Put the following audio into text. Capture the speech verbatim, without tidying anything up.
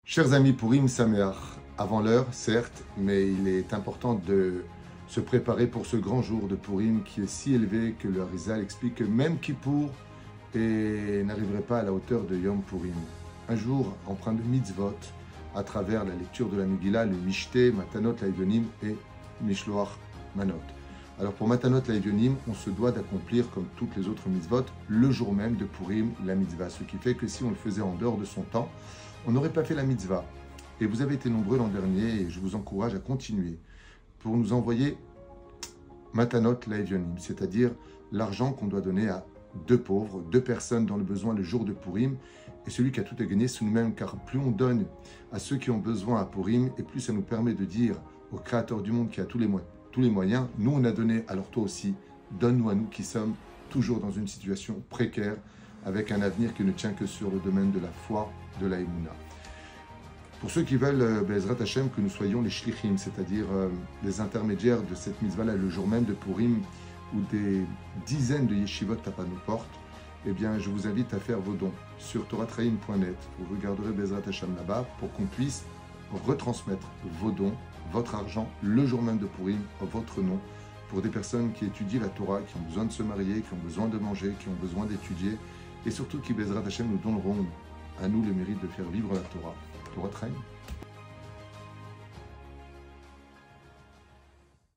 Chers amis, Purim Sameach, avant l'heure, certes, mais il est important de se préparer pour ce grand jour de Purim qui est si élevé que le Harizal explique que même Kippour et n'arriverait pas à la hauteur de Yom Purim. Un jour empreint de mitzvot à travers la lecture de la Megillah, le Mishte, Matanot, Laïvionim et Mishloach Manot. Alors pour Matanot, Laïvionim, on se doit d'accomplir comme toutes les autres mitzvot le jour même de Purim, la mitzvah. Ce qui fait que si on le faisait en dehors de son temps, on n'aurait pas fait la mitzvah. Et vous avez été nombreux l'an dernier et je vous encourage à continuer pour nous envoyer Matanot Laïvionim, c'est-à-dire l'argent qu'on doit donner à deux pauvres, deux personnes dans le besoin le jour de Purim. Et celui qui a tout à gagner, c'est nous-mêmes, car plus on donne à ceux qui ont besoin à Purim, et plus ça nous permet de dire au Créateur du monde qui a tous les, mo tous les moyens, nous on a donné, alors toi aussi, donne-nous à nous qui sommes toujours dans une situation précaire, avec un avenir qui ne tient que sur le domaine de la foi, de la Emouna. Pour ceux qui veulent, euh, Bezrat Hashem, que nous soyons les shlichim, c'est-à-dire euh, les intermédiaires de cette mitzvah-là, le jour même de Purim, où des dizaines de yeshivot tapent à nos portes, eh bien, je vous invite à faire vos dons sur toratraim point net. Vous regarderez Bezrat Hashem là-bas pour qu'on puisse retransmettre vos dons, votre argent, le jour même de Purim, en votre nom, pour des personnes qui étudient la Torah, qui ont besoin de se marier, qui ont besoin de manger, qui ont besoin d'étudier, et surtout qui, Bezrat Hashem, nous donneront à nous le mérite de faire vivre la Torah. Toratraim.